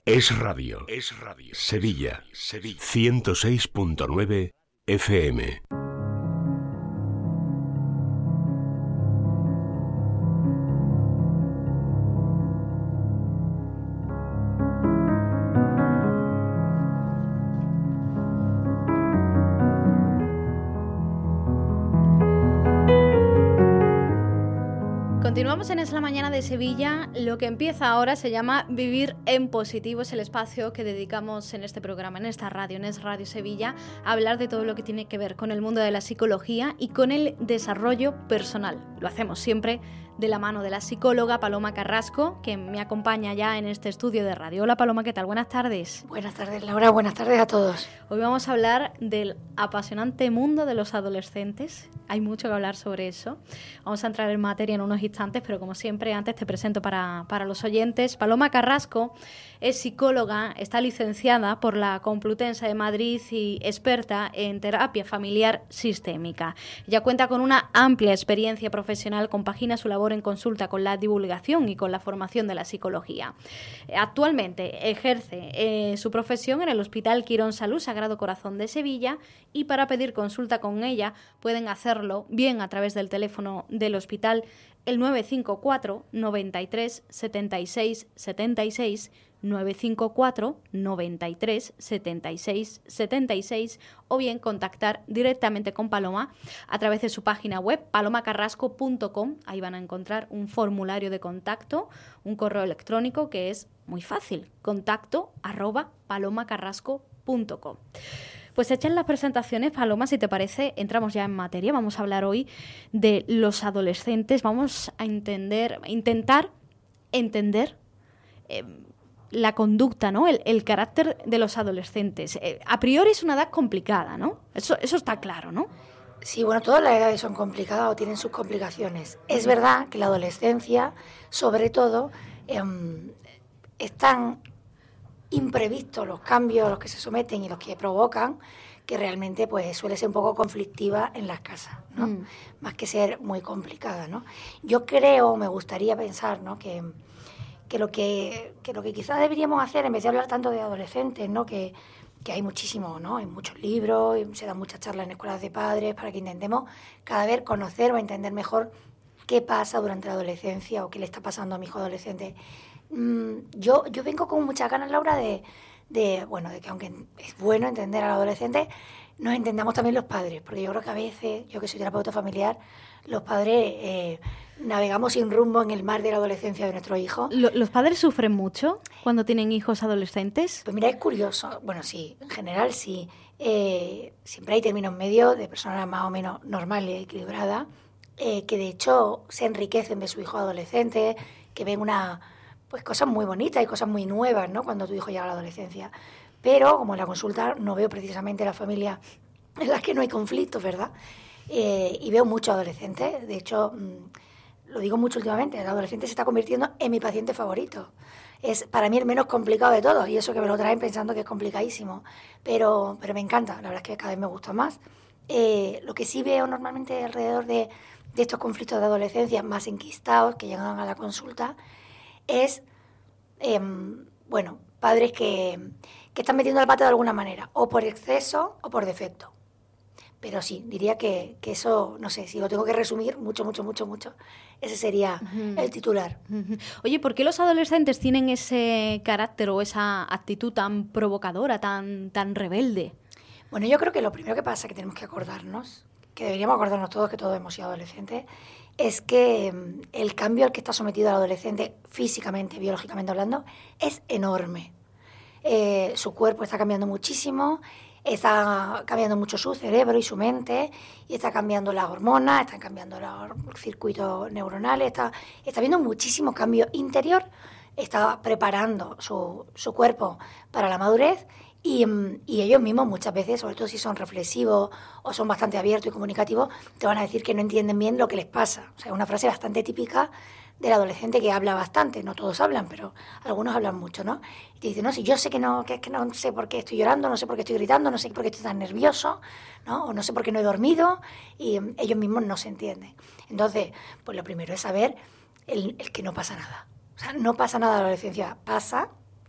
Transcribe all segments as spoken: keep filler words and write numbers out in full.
Es Radio. Es Radio. Sevilla. Sevilla. ciento seis punto nueve F M. Continuamos en Es la Mañana de Sevilla. Lo que empieza ahora se llama Vivir en Positivo. Es el espacio que dedicamos en este programa, en esta radio, en Es Radio Sevilla, a hablar de todo lo que tiene que ver con el mundo de la psicología y con el desarrollo personal. Lo hacemos siempre de la mano de la psicóloga Paloma Carrasco, que me acompaña ya en este estudio de radio. Hola Paloma, ¿qué tal? Buenas tardes. Buenas tardes, Laura. Buenas tardes a todos. Hoy vamos a hablar del apasionante mundo de los adolescentes. Hay mucho que hablar sobre eso. Vamos a entrar en materia en unos instantes, pero como siempre, antes te presento para, para los oyentes. Paloma Carrasco es psicóloga, está licenciada por la Complutense de Madrid y experta en terapia familiar sistémica. Ella cuenta con una amplia experiencia profesional, compagina su labor en consulta con la divulgación y con la formación de la psicología. Actualmente ejerce eh, su profesión en el Hospital Quirón Salud Sagrado Corazón de Sevilla, y para pedir consulta con ella pueden hacerlo bien a través del teléfono del hospital, el nueve cinco cuatro, noventa y tres, setenta y seis, setenta y seis, nueve cinco cuatro, noventa y tres, setenta y seis, setenta y seis, o bien contactar directamente con Paloma a través de su página web paloma carrasco punto com. Ahí van a encontrar un formulario de contacto, un correo electrónico que es muy fácil, contacto arroba paloma carrasco punto com. Pues hechas las presentaciones, Paloma, si te parece, entramos ya en materia. Vamos a hablar hoy de los adolescentes. Vamos a entender, intentar entender eh, la conducta, ¿no? El, el carácter de los adolescentes. Eh, a priori es una edad complicada, ¿no? Eso, eso está claro, ¿no? Sí, bueno, todas las edades son complicadas o tienen sus complicaciones. Es verdad que la adolescencia, sobre todo, eh, están imprevistos los cambios a los que se someten y los que provocan, que realmente pues suele ser un poco conflictiva en las casas, ¿no? Mm. Más que ser muy complicada, ¿no? Yo creo, me gustaría pensar, ¿no?, que, que, lo que, que lo que quizás deberíamos hacer, en vez de hablar tanto de adolescentes, ¿no?, que, que hay muchísimo, ¿no?, hay muchos libros, y se dan muchas charlas en escuelas de padres para que intentemos cada vez conocer o entender mejor qué pasa durante la adolescencia o qué le está pasando a mi hijo adolescente. Yo, yo vengo con muchas ganas, Laura, de, de, bueno, de que aunque es bueno entender al adolescente, nos entendamos también los padres, porque yo creo que a veces, yo que soy terapeuta familiar, los padres eh, navegamos sin rumbo en el mar de la adolescencia de nuestros hijos. ¿Los padres sufren mucho cuando tienen hijos adolescentes? Pues mira, es curioso. Bueno, sí, en general sí. Eh, siempre hay términos medios de personas más o menos normales y equilibradas, eh, que de hecho se enriquecen de su hijo adolescente, que ven una... pues cosas muy bonitas y cosas muy nuevas, ¿no?, cuando tu hijo llega a la adolescencia. Pero, como en la consulta, no veo precisamente las familias en las que no hay conflictos, ¿verdad? Eh, y veo muchos adolescentes. De hecho, mmm, lo digo mucho últimamente, el adolescente se está convirtiendo en mi paciente favorito. Es para mí el menos complicado de todos, y eso que me lo traen pensando que es complicadísimo. Pero, pero me encanta, la verdad es que cada vez me gusta más. Eh, lo que sí veo normalmente alrededor de, de estos conflictos de adolescencia más enquistados que llegan a la consulta es, eh, bueno, padres que, que están metiendo la pata de alguna manera, o por exceso o por defecto. Pero sí, diría que, que eso, no sé, si lo tengo que resumir, mucho, mucho, mucho, mucho, ese sería uh-huh. el titular. Uh-huh. Oye, ¿por qué los adolescentes tienen ese carácter o esa actitud tan provocadora, tan, tan rebelde? Bueno, yo creo que lo primero que pasa, que tenemos que acordarnos, que deberíamos acordarnos todos, que todos hemos sido adolescentes, es que el cambio al que está sometido el adolescente, físicamente, biológicamente hablando, es enorme. Eh, su cuerpo está cambiando muchísimo, está cambiando mucho su cerebro y su mente, y está cambiando las hormonas, están cambiando los circuitos neuronales, está, está habiendo muchísimos cambios interior, está preparando su, su cuerpo para la madurez. Y, y ellos mismos muchas veces, sobre todo si son reflexivos o son bastante abiertos y comunicativos, te van a decir que no entienden bien lo que les pasa. O sea, es una frase bastante típica del adolescente que habla bastante. No todos hablan, pero algunos hablan mucho, ¿no? Y te dicen, no, si yo sé que no, que es que no sé por qué estoy llorando, no sé por qué estoy gritando, no sé por qué estoy tan nervioso, ¿no? O no sé por qué no he dormido, y ellos mismos no se entienden. Entonces, pues lo primero es saber el, el que no pasa nada. O sea, no pasa nada en la adolescencia, pasa...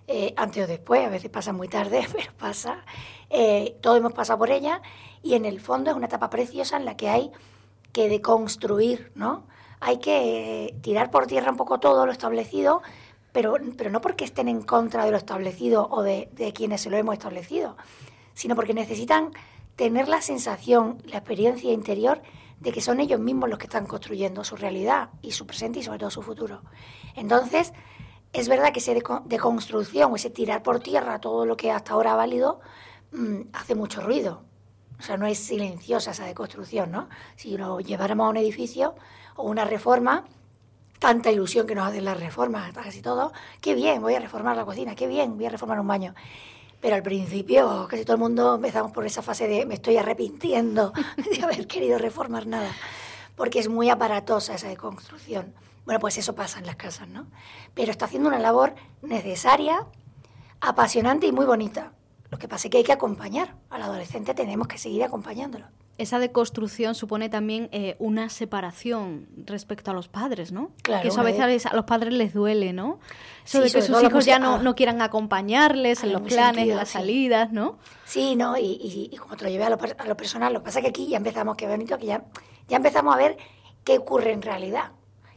eh, antes o después, a veces pasa muy tarde, pero pasa. Eh, todos hemos pasado por ella y en el fondo es una etapa preciosa en la que hay que deconstruir, ¿no? Hay que eh, tirar por tierra un poco todo lo establecido, pero, pero no porque estén en contra de lo establecido o de, de quienes se lo hemos establecido, sino porque necesitan tener la sensación, la experiencia interior de que son ellos mismos los que están construyendo su realidad y su presente y sobre todo su futuro. Entonces, es verdad que ese deconstrucción o ese tirar por tierra todo lo que hasta ahora ha válido mmm, hace mucho ruido. O sea, no es silenciosa esa deconstrucción, ¿no? Si lo lleváramos a un edificio o una reforma, tanta ilusión que nos hacen las reformas, casi todo, qué bien, voy a reformar la cocina, qué bien, voy a reformar un baño. Pero al principio casi todo el mundo empezamos por esa fase de me estoy arrepintiendo de haber querido reformar nada, porque es muy aparatosa esa deconstrucción. Bueno, pues eso pasa en las casas, ¿no? Pero está haciendo una labor necesaria, apasionante y muy bonita. Lo que pasa es que hay que acompañar al adolescente, tenemos que seguir acompañándolo. Esa deconstrucción supone también eh, una separación respecto a los padres, ¿no? Claro, que eso a veces a los padres les duele, ¿no? Eso sí, de que sus hijos ya no, no quieran acompañarles en los planes, sentido, en las sí. salidas, ¿no? Sí, ¿no? Y, y, y como te lo llevé a lo, a lo personal, lo que pasa es que aquí ya empezamos, qué bonito, que ya, ya empezamos a ver qué ocurre en realidad.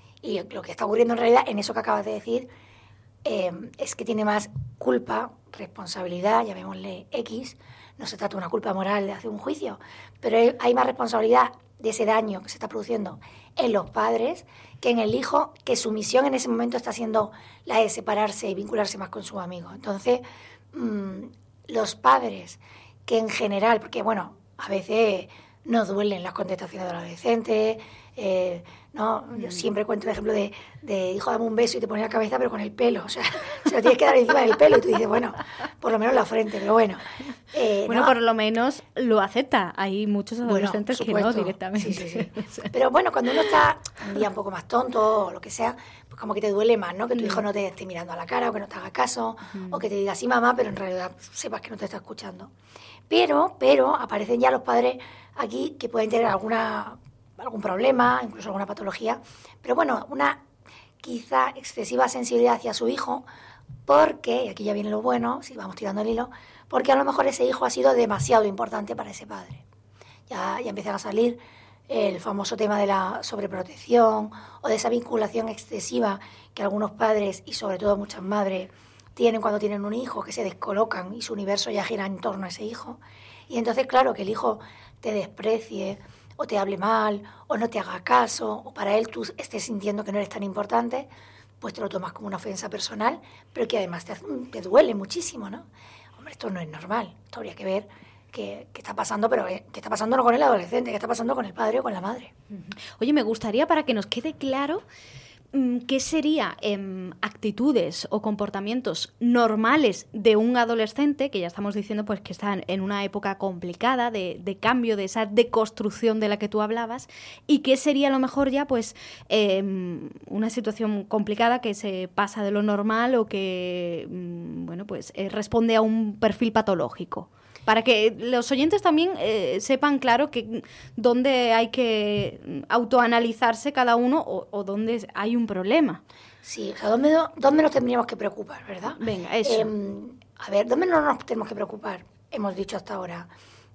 Y lo que está ocurriendo en realidad, en eso que acabas de decir, eh, es que tiene más culpa, responsabilidad, llamémosle X. No se trata de una culpa moral de hacer un juicio, pero hay más responsabilidad de ese daño que se está produciendo en los padres que en el hijo, que su misión en ese momento está siendo la de separarse y vincularse más con sus amigos. Entonces, mmm, los padres que en general, porque bueno, a veces nos duelen las contestaciones de los adolescentes, eh, ¿no? Mm. Yo siempre cuento el ejemplo de, de hijo, dame un beso y te pones la cabeza pero con el pelo, o sea, se lo tienes que dar encima del pelo y tú dices, bueno, por lo menos la frente, pero bueno. Eh, bueno, ¿no? Por lo menos lo acepta. Hay muchos adolescentes bueno, que no directamente. Sí, sí, sí. Pero bueno, cuando uno está un día un poco más tonto o lo que sea, pues como que te duele más, ¿no? Que tu mm. hijo no te esté mirando a la cara o que no te haga caso mm. o que te diga sí, mamá, pero en realidad sepas que no te está escuchando. Pero, pero aparecen ya los padres aquí que pueden tener alguna, algún problema, incluso alguna patología, pero bueno, una quizá excesiva sensibilidad hacia su hijo, porque, y aquí ya viene lo bueno, si vamos tirando el hilo, porque a lo mejor ese hijo ha sido demasiado importante para ese padre. Ya, ya empiezan a salir el famoso tema de la sobreprotección o de esa vinculación excesiva que algunos padres y sobre todo muchas madres tienen cuando tienen un hijo, que se descolocan y su universo ya gira en torno a ese hijo. Y entonces, claro, que el hijo te desprecie o te hable mal o no te haga caso o para él tú estés sintiendo que no eres tan importante, pues te lo tomas como una ofensa personal, pero que además te, te duele muchísimo, ¿no? Hombre, esto no es normal, esto habría que ver qué, qué está pasando, pero qué está pasando no con el adolescente, qué está pasando con el padre o con la madre. Oye, me gustaría, para que nos quede claro, ¿qué serían eh, actitudes o comportamientos normales de un adolescente, que ya estamos diciendo pues que están en una época complicada de, de cambio, de esa deconstrucción de la que tú hablabas, y qué sería a lo mejor ya pues eh, una situación complicada que se pasa de lo normal o que bueno pues eh, responde a un perfil patológico? Para que los oyentes también eh, sepan, claro, que dónde hay que autoanalizarse cada uno o, o dónde hay un problema. Sí, o sea, ¿dónde, dónde nos tendríamos que preocupar, verdad? Venga, eso. Eh, a ver, ¿dónde no nos tenemos que preocupar? Hemos dicho hasta ahora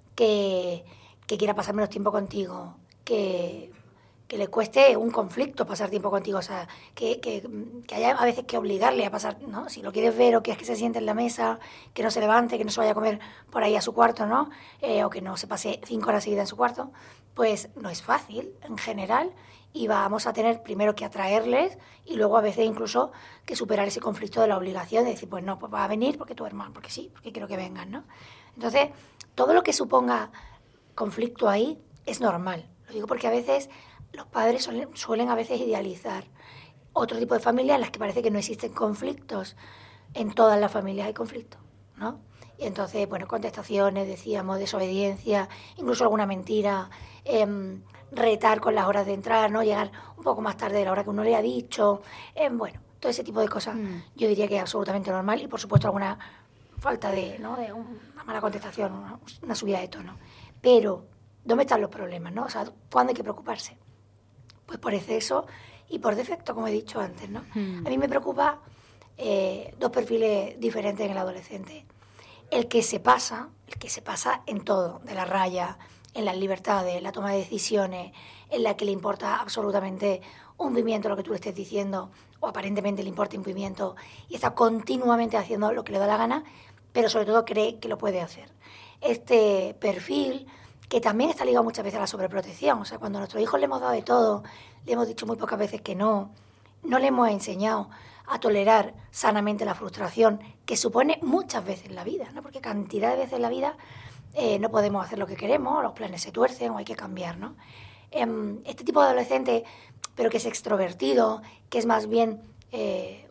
que, que quiera pasar menos tiempo contigo, que, que le cueste un conflicto pasar tiempo contigo, o sea, que, que, que haya a veces que obligarle a pasar, ¿no? Si lo quieres ver o quieres que se siente en la mesa, que no se levante, que no se vaya a comer por ahí a su cuarto, ¿no? Eh, o que no se pase cinco horas seguidas en su cuarto, pues no es fácil en general y vamos a tener primero que atraerles y luego a veces incluso que superar ese conflicto de la obligación de decir, pues no, pues va a venir porque tu hermano, porque sí, porque quiero que vengan, ¿no? Entonces, todo lo que suponga conflicto ahí es normal. Lo digo porque a veces los padres suelen, suelen a veces idealizar otro tipo de familias en las que parece que no existen conflictos. En todas las familias hay conflictos, ¿no? Y entonces, bueno, contestaciones, decíamos, desobediencia, incluso alguna mentira, eh, retar con las horas de entrar, ¿no? Llegar un poco más tarde de la hora que uno le ha dicho, eh, bueno, todo ese tipo de cosas mm. yo diría que es absolutamente normal y, por supuesto, alguna falta de, ¿no? de una mala contestación, una, una subida de tono. Pero, ¿dónde están los problemas, no? O sea, ¿cuándo hay que preocuparse? Pues por exceso y por defecto, como he dicho antes, ¿no? Mm. A mí me preocupa eh, dos perfiles diferentes en el adolescente. El que se pasa, el que se pasa en todo, de la raya, en las libertades, en la toma de decisiones, en la que le importa absolutamente un pimiento lo que tú le estés diciendo, o aparentemente le importa un pimiento, y está continuamente haciendo lo que le da la gana, pero sobre todo cree que lo puede hacer. Este perfil, que también está ligado muchas veces a la sobreprotección, o sea, cuando a nuestros hijos le hemos dado de todo, le hemos dicho muy pocas veces que no, no le hemos enseñado a tolerar sanamente la frustración que supone muchas veces la vida, ¿no? Porque cantidad de veces en la vida eh, no podemos hacer lo que queremos, los planes se tuercen o hay que cambiar, ¿no? Eh, este tipo de adolescente, pero que es extrovertido, que es más bien, eh,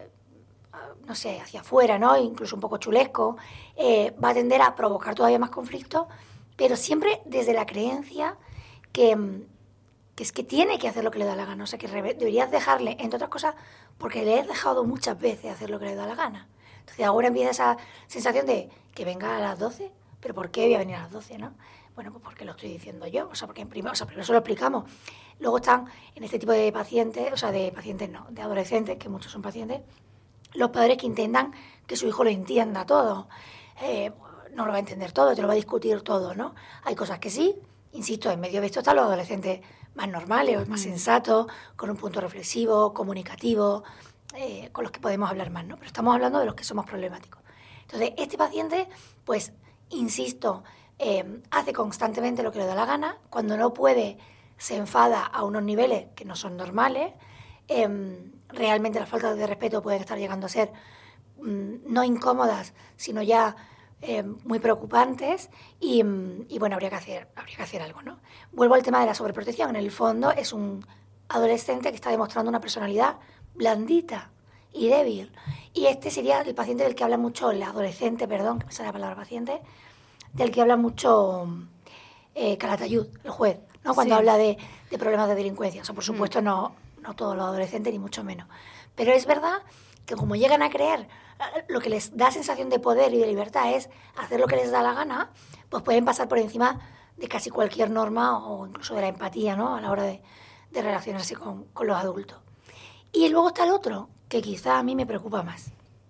no sé, hacia afuera, ¿no? Incluso un poco chulesco, eh, va a tender a provocar todavía más conflictos, pero siempre desde la creencia que, que es que tiene que hacer lo que le da la gana. O sea, que deberías dejarle, entre otras cosas, porque le he dejado muchas veces hacer lo que le da la gana. Entonces ahora empieza esa sensación de que venga a las doce, pero ¿por qué voy a venir a las doce, no? Bueno, pues porque lo estoy diciendo yo, o sea, porque en prima, o sea, primero se lo explicamos. Luego están en este tipo de pacientes, o sea, de pacientes no, de adolescentes, que muchos son pacientes, los padres que intentan que su hijo lo entienda todo. Eh, no lo va a entender todo, te lo va a discutir todo, ¿no? Hay cosas que sí, insisto, en medio de esto están los adolescentes más normales, más sensatos, con un punto reflexivo, comunicativo, eh, con los que podemos hablar más, ¿no? Pero estamos hablando de los que somos problemáticos. Entonces, este paciente, pues, insisto, eh, hace constantemente lo que le da la gana, cuando no puede se enfada a unos niveles que no son normales, eh, realmente las faltas de respeto pueden estar llegando a ser mm, no incómodas, sino ya eh, muy preocupantes y, y bueno, habría que hacer, habría que hacer algo, ¿no? Vuelvo al tema de la sobreprotección. En el fondo es un adolescente que está demostrando una personalidad blandita y débil. Y este sería el paciente del que habla mucho, el adolescente, perdón, que me sale la palabra paciente, del que habla mucho eh, Calatayud, el juez, ¿no? Cuando sí. habla de, de problemas de delincuencia. O sea, por supuesto, mm. no, no todos los adolescentes, ni mucho menos. Pero es verdad que como llegan a creer lo que les da sensación de poder y de libertad es hacer lo que les da la gana, pues pueden pasar por encima de casi cualquier norma o incluso de la empatía, ¿no? A la hora de, de relacionarse con, con los adultos. Y luego está el otro, que quizá a mí me preocupa más,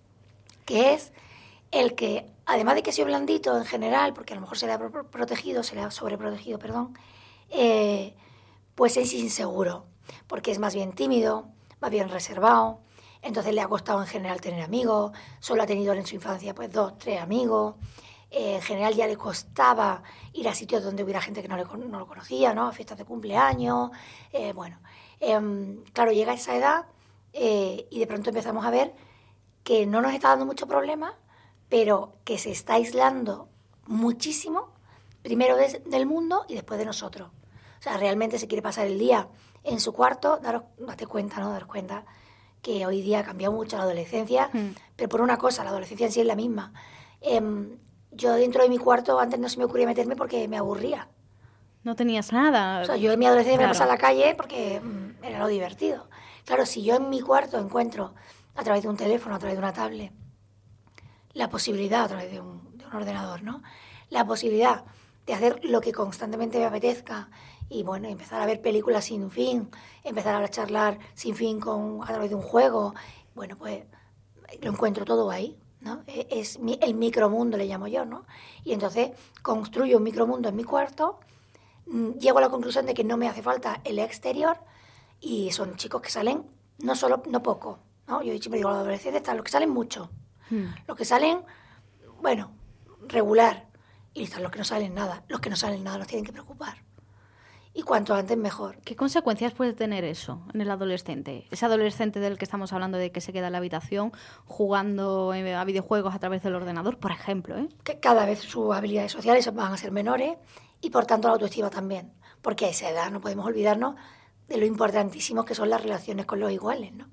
que es el que, además de que soy blandito en general, porque a lo mejor se le ha protegido, se le ha sobreprotegido, perdón, eh, pues es inseguro, porque es más bien tímido, más bien reservado. Entonces le ha costado en general tener amigos, solo ha tenido en su infancia pues dos, tres amigos. Eh, en general ya le costaba ir a sitios donde hubiera gente que no, le, no lo conocía, ¿no? A fiestas de cumpleaños. Eh, bueno, eh, claro, llega a esa edad eh, y de pronto empezamos a ver que no nos está dando mucho problema, pero que se está aislando muchísimo, primero de, del mundo y después de nosotros. O sea, realmente se quiere pasar el día en su cuarto, daros, date cuenta, ¿no? Daros cuenta que hoy día ha cambiado mucho la adolescencia, mm. pero por una cosa, la adolescencia en sí es la misma. Eh, yo dentro de mi cuarto antes no se me ocurría meterme porque me aburría. No tenías nada. O sea, yo en mi adolescencia claro. me pasaba a la calle porque mm, era lo divertido. Claro, si yo en mi cuarto encuentro, a través de un teléfono, a través de una tablet, la posibilidad, a través de un, de un ordenador, ¿no? La posibilidad de hacer lo que constantemente me apetezca y, bueno, empezar a ver películas sin fin, empezar a charlar sin fin con, a través de un juego, bueno, pues lo encuentro todo ahí, ¿no? Es mi, el micromundo, le llamo yo, ¿no? Y entonces construyo un micromundo en mi cuarto, llego a la conclusión de que no me hace falta el exterior y son chicos que salen no solo, no poco, ¿no? Yo siempre digo a los adolescentes, están los que salen mucho, hmm. los que salen, bueno, regular, y están los que no salen nada. Los que no salen nada nos tienen que preocupar. Y cuanto antes mejor. ¿Qué consecuencias puede tener eso en el adolescente? Ese adolescente del que estamos hablando, de que se queda en la habitación jugando a videojuegos a través del ordenador, por ejemplo, ¿eh? Que cada vez sus habilidades sociales van a ser menores y por tanto la autoestima también. Porque a esa edad no podemos olvidarnos de lo importantísimos que son las relaciones con los iguales, ¿no?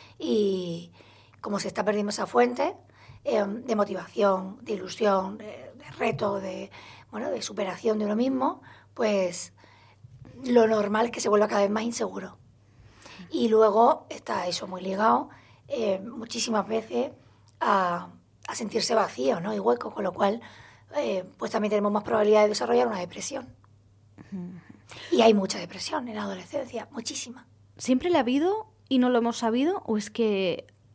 Y como se está perdiendo esa fuente eh, de motivación, de ilusión, de, de reto, de, bueno, de superación de uno mismo, pues lo normal es que se vuelva cada vez más inseguro. Y luego está eso muy ligado eh, muchísimas veces a, a sentirse vacío, ¿no? Y hueco, con lo cual eh, pues también tenemos más probabilidad de desarrollar una depresión. Uh-huh. Y hay mucha depresión en la adolescencia, muchísima. ¿Siempre la ha habido y no lo hemos sabido? ¿O es que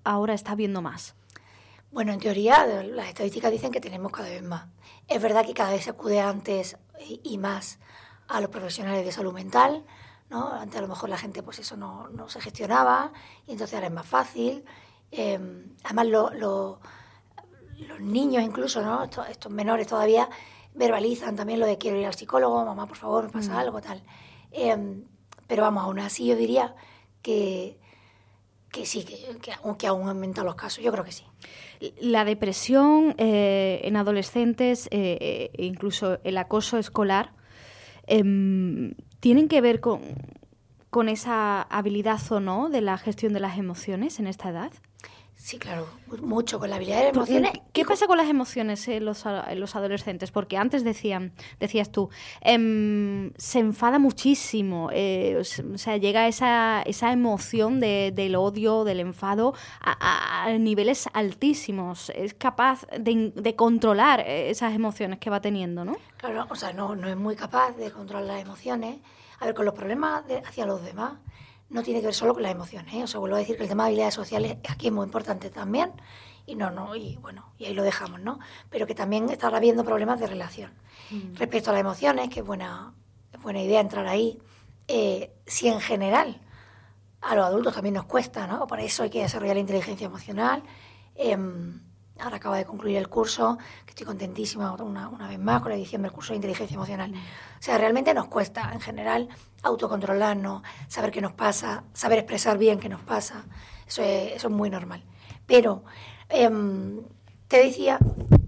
ahora está habiendo más? Bueno, en teoría las estadísticas dicen que tenemos cada vez más. Es verdad que cada vez se acude antes y más a los profesionales de salud mental, ¿no? Antes a lo mejor la gente pues eso no, no se gestionaba y entonces ahora es más fácil. Eh, además lo, lo, los niños incluso, ¿no? Estos, estos menores todavía verbalizan también lo de quiero ir al psicólogo, mamá por favor me pasa mm. algo, tal. Eh, pero vamos, aún así yo diría que, que sí, que, que, que aún aumentan los casos, yo creo que sí. La depresión eh, en adolescentes, eh, eh, incluso el acoso escolar, eh, ¿tienen que ver con, con esa habilidad o no de la gestión de las emociones en esta edad? Sí, claro, mucho con la habilidad de las emociones. ¿Qué pasa con las emociones en los, en los adolescentes? Porque antes decían, decías tú, eh, se enfada muchísimo, eh, o sea, llega esa, esa emoción de, del odio, del enfado a, a, a niveles altísimos. Es capaz de, de controlar esas emociones que va teniendo, ¿no? Claro, o sea, no, no es muy capaz de controlar las emociones. A ver, con los problemas de, hacia los demás, no tiene que ver solo con las emociones, ¿eh? O sea, vuelvo a decir que el tema de habilidades sociales aquí es muy importante también, y no, no, y bueno, y ahí lo dejamos, ¿no? Pero que también está habiendo problemas de relación. Mm. Respecto a las emociones, que es buena, es buena idea entrar ahí, eh, si en general a los adultos también nos cuesta, ¿no? Por eso hay que desarrollar la inteligencia emocional. Eh, ahora acabo de concluir el curso, que estoy contentísima una, una vez más con la edición del curso de inteligencia emocional. Mm. O sea, realmente nos cuesta, en general, autocontrolarnos, saber qué nos pasa, saber expresar bien qué nos pasa. Eso es, eso es muy normal. Pero eh, te decía,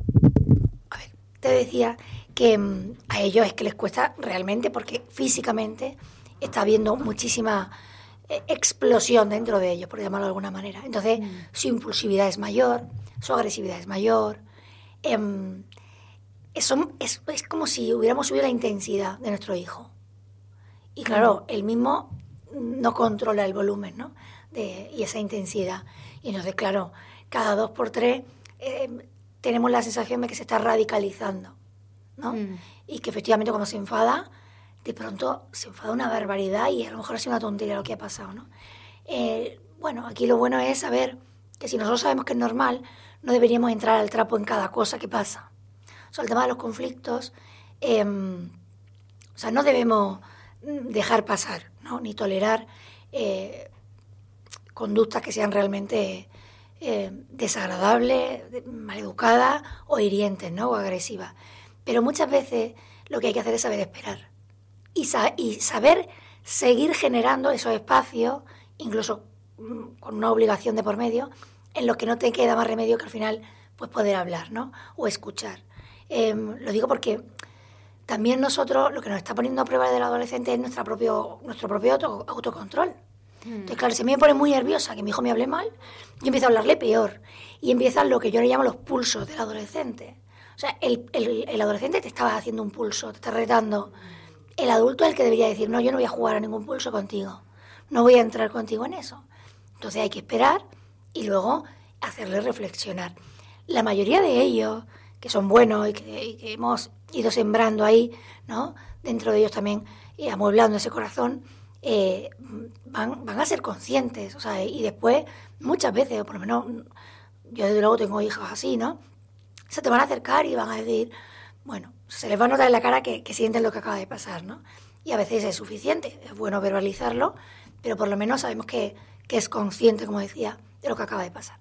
a ver, te decía que eh, a ellos es que les cuesta realmente porque físicamente está habiendo muchísima eh, explosión dentro de ellos, por llamarlo de alguna manera. Entonces, mm. su impulsividad es mayor, su agresividad es mayor. Eh, eso es, es como si hubiéramos subido la intensidad de nuestro hijo. Y claro, él mismo no controla el volumen, ¿no? De, y esa intensidad. Y entonces, claro, cada dos por tres eh, tenemos la sensación de que se está radicalizando, ¿no? Mm. Y que efectivamente cuando se enfada, de pronto se enfada una barbaridad y a lo mejor ha sido una tontería lo que ha pasado, ¿no? Eh, bueno, aquí lo bueno es saber que si nosotros sabemos que es normal, no deberíamos entrar al trapo en cada cosa que pasa. O sea, el tema de los conflictos, eh, o sea, no debemos dejar pasar, ¿no? Ni tolerar eh, conductas que sean realmente eh, desagradables, maleducadas o hirientes, ¿no? O agresivas. Pero muchas veces lo que hay que hacer es saber esperar y, sa- y saber seguir generando esos espacios, incluso con una obligación de por medio, en los que no te queda más remedio que al final pues poder hablar, ¿no? O escuchar. Eh, lo digo porque también nosotros, lo que nos está poniendo a prueba del adolescente es nuestra propio, nuestro propio auto, autocontrol. Mm. Entonces, claro, si a mí me pone muy nerviosa que mi hijo me hable mal, yo empiezo a hablarle peor. Y empiezan lo que yo le llamo los pulsos del adolescente. O sea, el, el, el adolescente te está haciendo un pulso, te está retando. El adulto es el que debería decir, no, yo no voy a jugar a ningún pulso contigo. No voy a entrar contigo en eso. Entonces hay que esperar y luego hacerle reflexionar. La mayoría de ellos, que son buenos y que, y que hemos ido sembrando ahí, ¿no? Dentro de ellos también, y amueblando ese corazón, eh, van, van a ser conscientes, o sea, y después, muchas veces, o por lo menos, yo desde luego tengo hijos así, ¿no? Se te van a acercar y van a decir, bueno, se les va a notar en la cara que, que sienten lo que acaba de pasar, ¿no? Y a veces es suficiente, es bueno verbalizarlo, pero por lo menos sabemos que, que es consciente, como decía, de lo que acaba de pasar.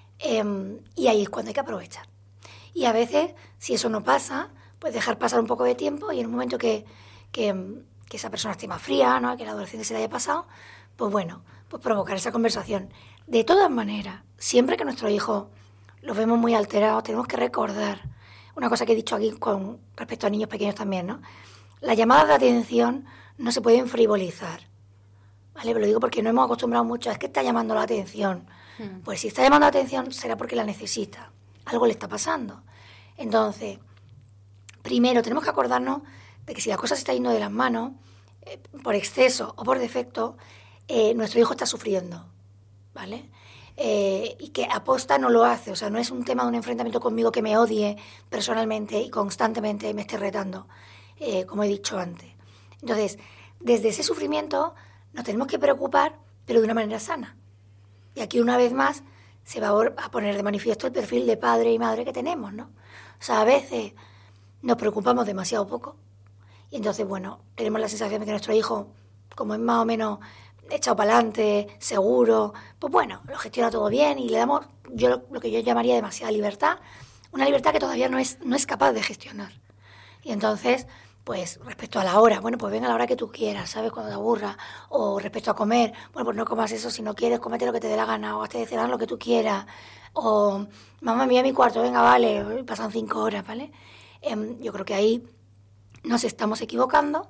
Eh, y ahí es cuando hay que aprovechar. Y a veces, si eso no pasa, pues dejar pasar un poco de tiempo y en un momento que, que, que esa persona esté más fría, ¿no? Que el adolescente se le haya pasado, pues bueno, pues provocar esa conversación. De todas maneras, siempre que nuestro hijo lo vemos muy alterado, tenemos que recordar una cosa que he dicho aquí con respecto a niños pequeños también, ¿no? Las llamadas de atención no se pueden frivolizar, ¿vale? Pero lo digo porque no hemos acostumbrado mucho, es que está llamando la atención. Hmm. Pues si está llamando la atención será porque la necesita, algo le está pasando. Entonces, primero tenemos que acordarnos de que si la cosa se está yendo de las manos, eh, por exceso o por defecto, eh, nuestro hijo está sufriendo, ¿vale? Eh, y que aposta no lo hace, o sea, no es un tema de un enfrentamiento conmigo que me odie personalmente y constantemente me esté retando, eh, como he dicho antes. Entonces, desde ese sufrimiento nos tenemos que preocupar, pero de una manera sana. Y aquí una vez más se va a poner de manifiesto el perfil de padre y madre que tenemos, ¿no? O sea, a veces nos preocupamos demasiado poco y entonces, bueno, tenemos la sensación de que nuestro hijo, como es más o menos echado para adelante, seguro, pues bueno, lo gestiona todo bien y le damos, yo lo, lo que yo llamaría demasiada libertad, una libertad que todavía no es, no es capaz de gestionar. Y entonces, pues respecto a la hora, bueno, pues venga a la hora que tú quieras, ¿sabes? Cuando te aburra. O respecto a comer, bueno, pues no comas eso, si no quieres, cómete lo que te dé la gana, o hazte de cenar lo que tú quieras. O, mamá, mira mi cuarto, venga, vale, pasan cinco horas, ¿vale? Eh, yo creo que ahí nos estamos equivocando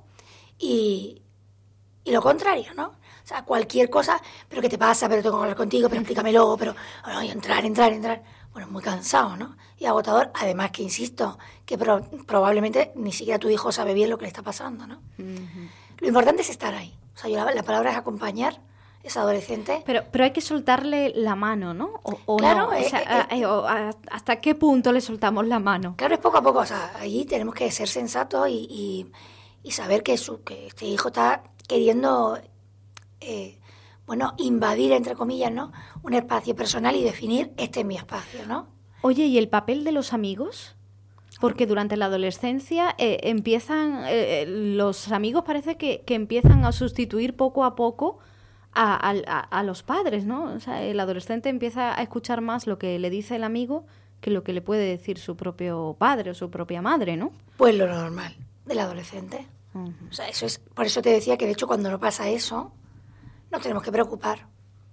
y, y lo contrario, ¿no? O sea, cualquier cosa, pero ¿qué te pasa? Pero tengo que hablar contigo, pero explícamelo, pero ay, entrar, entrar, entrar. Bueno, muy cansado, ¿no? Y agotador, además que, insisto, que pro- probablemente ni siquiera tu hijo sabe bien lo que le está pasando, ¿no? Uh-huh. Lo importante es estar ahí. O sea, yo la, la palabra es acompañar a ese adolescente. Pero, pero hay que soltarle la mano, ¿no? O, o claro. No. Eh, o sea, eh, eh, o a, ¿hasta qué punto le soltamos la mano? Claro, es poco a poco. O sea, allí tenemos que ser sensatos y, y, y saber que, su, que este hijo está queriendo... Eh, bueno, invadir, entre comillas, ¿no? Un espacio personal y definir, este es mi espacio, ¿no? Oye, ¿y el papel de los amigos? Porque durante la adolescencia eh, empiezan, eh, los amigos parece que, que empiezan a sustituir poco a poco a, a, a los padres, ¿no? O sea, el adolescente empieza a escuchar más lo que le dice el amigo que lo que le puede decir su propio padre o su propia madre, ¿no? Pues lo normal del adolescente. Uh-huh. O sea, eso es, por eso te decía que, de hecho, cuando no pasa eso... nos tenemos que preocupar,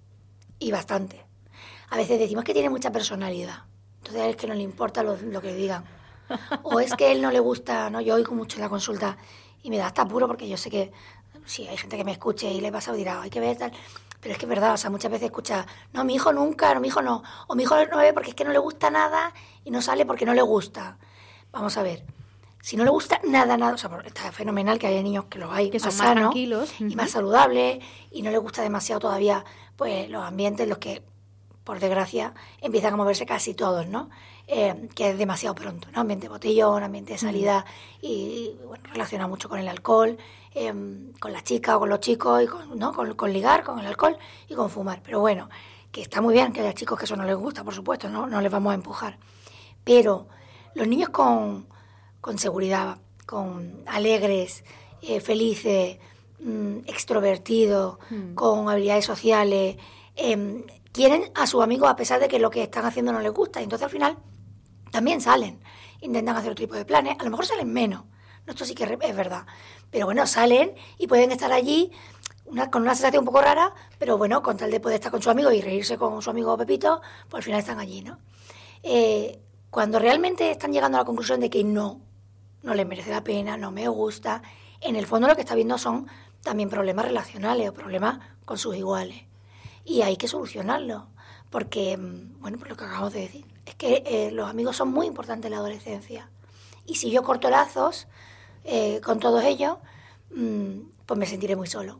y bastante. A veces decimos que tiene mucha personalidad, entonces es que no le importa lo, lo que digan. O es que a él no le gusta, ¿no? Yo oigo mucho en la consulta y me da hasta apuro porque yo sé que sí, hay gente que me escuche y le pasa y dirá, hay que ver tal. Pero es que es verdad, o sea, muchas veces escucha, no, mi hijo nunca, no, mi hijo no. O mi hijo no ve porque es que no le gusta nada y no sale porque no le gusta. Vamos a ver. Si no le gusta nada, nada, o sea, está fenomenal que haya niños que los hay que más son más sanos tranquilos y uh-huh. más saludables y no les gusta demasiado todavía pues los ambientes en los que, por desgracia, empiezan a moverse casi todos, ¿no? Eh, que es demasiado pronto, ¿no? Ambiente de botellón, ambiente de salida uh-huh. y, bueno, relaciona mucho con el alcohol, eh, con las chicas o con los chicos, y con, ¿no? Con, con ligar, con el alcohol y con fumar. Pero bueno, que está muy bien que haya chicos que eso no les gusta, por supuesto, no, no les vamos a empujar. Pero los niños con... con seguridad, con alegres, eh, felices, mmm, extrovertidos, mm. con habilidades sociales, eh, quieren a sus amigos a pesar de que lo que están haciendo no les gusta. Y entonces al final también salen, intentan hacer otro tipo de planes, a lo mejor salen menos, no, esto sí que es verdad, pero bueno, salen y pueden estar allí una, con una sensación un poco rara, pero bueno, con tal de poder estar con su amigo y reírse con su amigo Pepito, pues al final están allí, ¿no? Eh, cuando realmente están llegando a la conclusión de que no, no les merece la pena, no me gusta, en el fondo lo que está viendo son también problemas relacionales o problemas con sus iguales. Y hay que solucionarlo, porque, bueno, pues lo que acabamos de decir, es que eh, los amigos son muy importantes en la adolescencia. Y si yo corto lazos eh, con todos ellos, mmm, pues me sentiré muy solo.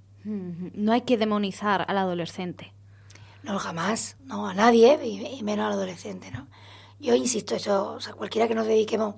No hay que demonizar al adolescente. No, jamás, no, a nadie, y, y menos al adolescente, ¿no? Yo insisto, eso, o sea, cualquiera que nos dediquemos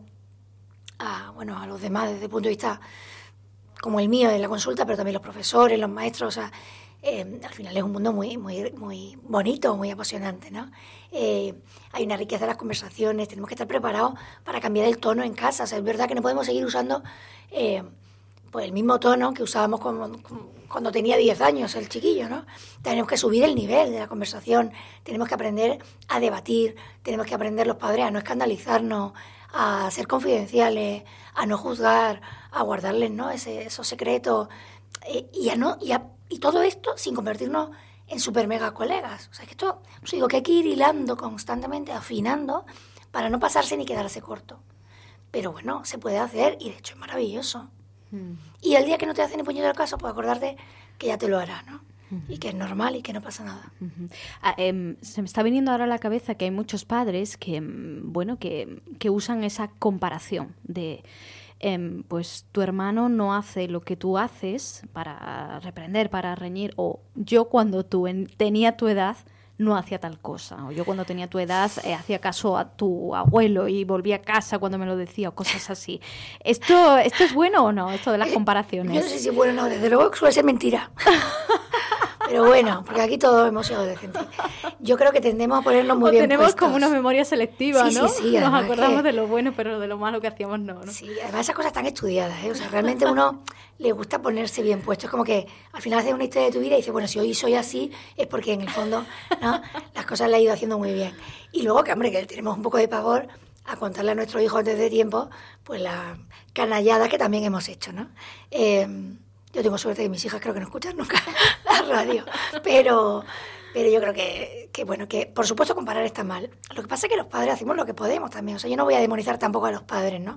a, bueno, a los demás desde el punto de vista como el mío de la consulta, pero también los profesores, los maestros, o sea, eh, al final es un mundo muy, muy, muy bonito, muy apasionante, ¿no? Eh, hay una riqueza de las conversaciones, tenemos que estar preparados para cambiar el tono en casa, o sea, es verdad que no podemos seguir usando eh, pues el mismo tono que usábamos como, como, cuando tenía diez años el chiquillo, ¿no? Tenemos que subir el nivel de la conversación, tenemos que aprender a debatir, tenemos que aprender los padres a no escandalizarnos, a ser confidenciales, a no juzgar, a guardarles, ¿no? Ese, esos secretos, eh, y, a no, y, a, y todo esto sin convertirnos en super mega colegas. O sea, que esto, pues digo, que hay que ir hilando constantemente, afinando, para no pasarse ni quedarse corto. Pero bueno, se puede hacer y de hecho es maravilloso. Mm. Y el día que no te hace ni puñetero caso, pues acordarte que ya te lo hará, ¿no? Y que es normal y que no pasa nada. Uh-huh. Ah, eh, se me está viniendo ahora a la cabeza que hay muchos padres que, bueno, que, que usan esa comparación de, eh, pues tu hermano no hace lo que tú haces para reprender, para reñir, o yo cuando tú en, tenía tu edad no hacía tal cosa, o yo cuando tenía tu edad eh, hacía caso a tu abuelo y volvía a casa cuando me lo decía, o cosas así. ¿Esto, esto es bueno o no, esto de las comparaciones? Yo no sé si es bueno o no, desde luego suele ser mentira. Pero bueno, porque aquí todos hemos sido adolescentes. Yo creo que tendemos a ponernos muy o bien tenemos puestos. como una memoria selectiva, sí, ¿no? Sí, sí, Nos acordamos que... de lo bueno, pero de lo malo que hacíamos no, ¿no? Sí, además esas cosas están estudiadas, ¿eh? O sea, realmente uno le gusta ponerse bien puesto. Es como que al final haces una historia de tu vida y dices, bueno, si hoy soy así es porque en el fondo, ¿no?, las cosas las he ido haciendo muy bien. Y luego que, hombre, que tenemos un poco de pavor a contarle a nuestros hijos antes de tiempo, pues la canallada que también hemos hecho, ¿no? Eh, yo tengo suerte de que mis hijas creo que no escuchan nunca la radio, pero, pero yo creo que, que, bueno, que por supuesto comparar está mal. Lo que pasa es que los padres hacemos lo que podemos también, o sea, yo no voy a demonizar tampoco a los padres, ¿no?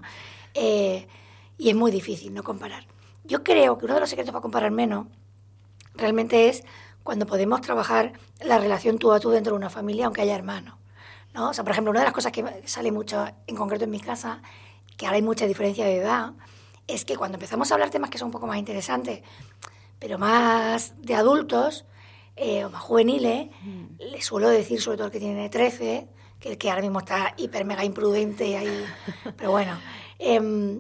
Eh, y es muy difícil no comparar. Yo creo que uno de los secretos para comparar menos realmente es cuando podemos trabajar la relación tú a tú dentro de una familia, aunque haya hermanos, ¿no? O sea, por ejemplo, una de las cosas que sale mucho, en concreto en mi casa, que ahora hay mucha diferencia de edad, es que cuando empezamos a hablar temas que son un poco más interesantes, pero más de adultos eh, o más juveniles, mm. les suelo decir, sobre todo el que tiene trece, que el que ahora mismo está hiper mega imprudente ahí, pero bueno, eh,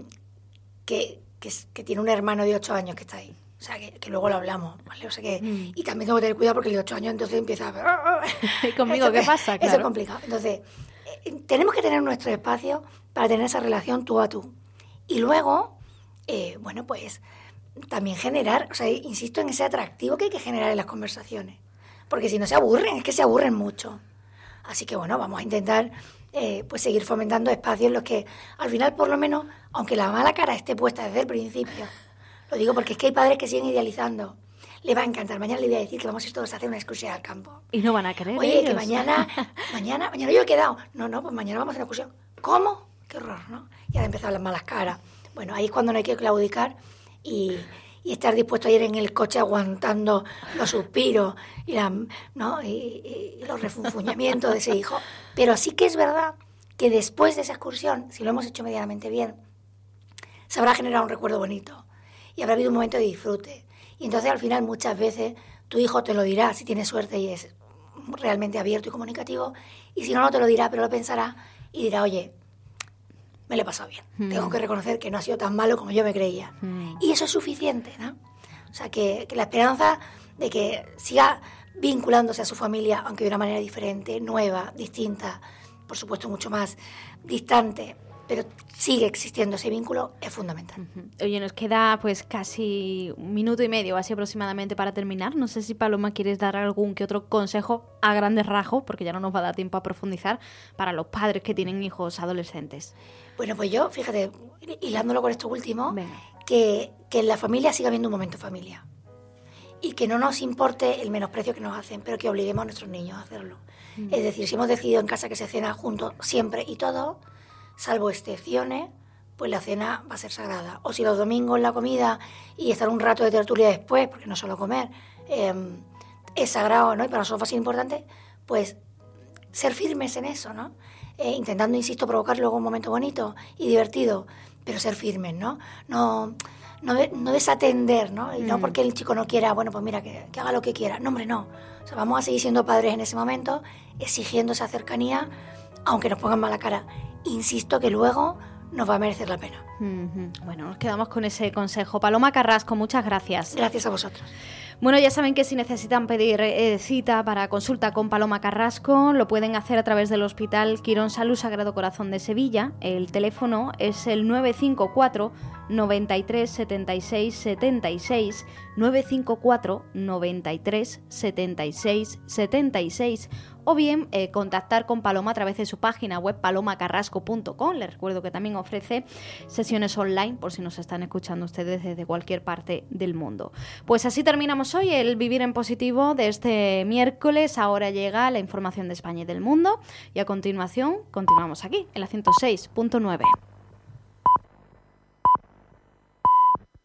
que, que, que tiene un hermano de ocho años que está ahí. O sea, que, que luego lo hablamos, ¿vale? O sea que, mm. Y también tengo que tener cuidado porque el de ocho años entonces empieza a... ¿Y conmigo qué pasa? Claro. Eso es complicado. Entonces, eh, tenemos que tener nuestro espacio para tener esa relación tú a tú. Y luego, eh, bueno, pues también generar, o sea, insisto en ese atractivo que hay que generar en las conversaciones. Porque si no se aburren, es que se aburren mucho. Así que, bueno, vamos a intentar eh, pues seguir fomentando espacios en los que, al final, por lo menos, aunque la mala cara esté puesta desde el principio... Lo digo porque es que hay padres que siguen idealizando. Le va a encantar. Mañana le voy a decir que vamos a ir todos a hacer una excursión al campo. Y no van a querer. Oye, ellos. que mañana, mañana, mañana yo he quedado. No, no, pues mañana vamos a hacer una excursión. ¿Cómo? Qué horror, ¿no? Y ahora empezaron las malas caras. Bueno, ahí es cuando no hay que claudicar y, y estar dispuesto a ir en el coche aguantando los suspiros y, la, ¿no? y, y, y los refunfuñamientos de ese hijo. Pero sí que es verdad que después de esa excursión, si lo hemos hecho medianamente bien, se habrá generado un recuerdo bonito. Y habrá habido un momento de disfrute. Y entonces, al final, muchas veces, tu hijo te lo dirá, si tiene suerte y es realmente abierto y comunicativo, y si no, no te lo dirá, pero lo pensará y dirá, oye, me lo he pasado bien. Mm. Tengo que reconocer que no ha sido tan malo como yo me creía. Mm. Y eso es suficiente, ¿no? O sea, que, que la esperanza de que siga vinculándose a su familia, aunque de una manera diferente, nueva, distinta, por supuesto mucho más distante, pero sigue existiendo ese vínculo, es fundamental. Uh-huh. Oye, nos queda pues casi un minuto y medio, así aproximadamente, para terminar. No sé si, Paloma, quieres dar algún que otro consejo a grandes rasgos, porque ya no nos va a dar tiempo a profundizar, para los padres que tienen hijos adolescentes. Bueno, pues yo, fíjate, hilándolo con esto último, que, que en la familia siga habiendo un momento familia. Y que no nos importe el menosprecio que nos hacen, pero que obliguemos a nuestros niños a hacerlo. Uh-huh. Es decir, si hemos decidido en casa que se cena juntos siempre y todo, salvo excepciones, pues la cena va a ser sagrada. O si los domingos la comida y estar un rato de tertulia después, porque no solo comer, eh, es sagrado, ¿no? Y para nosotros va a ser importante, pues ser firmes en eso, ¿no? Eh, intentando, insisto, provocar luego un momento bonito y divertido, pero ser firmes, ¿no? No, no, no desatender, ¿no? Y no porque el chico no quiera, bueno, pues mira, que, que haga lo que quiera. No, hombre, no. O sea, vamos a seguir siendo padres en ese momento, exigiendo esa cercanía, aunque nos pongan mala cara. Insisto que luego nos va a merecer la pena. Mm-hmm. Bueno, nos quedamos con ese consejo. Paloma Carrasco, muchas gracias. Gracias a vosotros. Bueno, ya saben que si necesitan pedir eh, cita para consulta con Paloma Carrasco, lo pueden hacer a través del Hospital Quirón Salud Sagrado Corazón de Sevilla. El teléfono es el nueve cinco cuatro, noventa y tres, setenta y seis, setenta y seis, nueve cinco cuatro, noventa y tres, setenta y seis, setenta y seis, o bien eh, contactar con Paloma a través de su página web paloma carrasco punto com. Les recuerdo que también ofrece sesiones online por si nos están escuchando ustedes desde cualquier parte del mundo. Pues así terminamos hoy el Vivir en Positivo de este miércoles. Ahora llega la información de España y del mundo y a continuación continuamos aquí en la ciento seis punto nueve.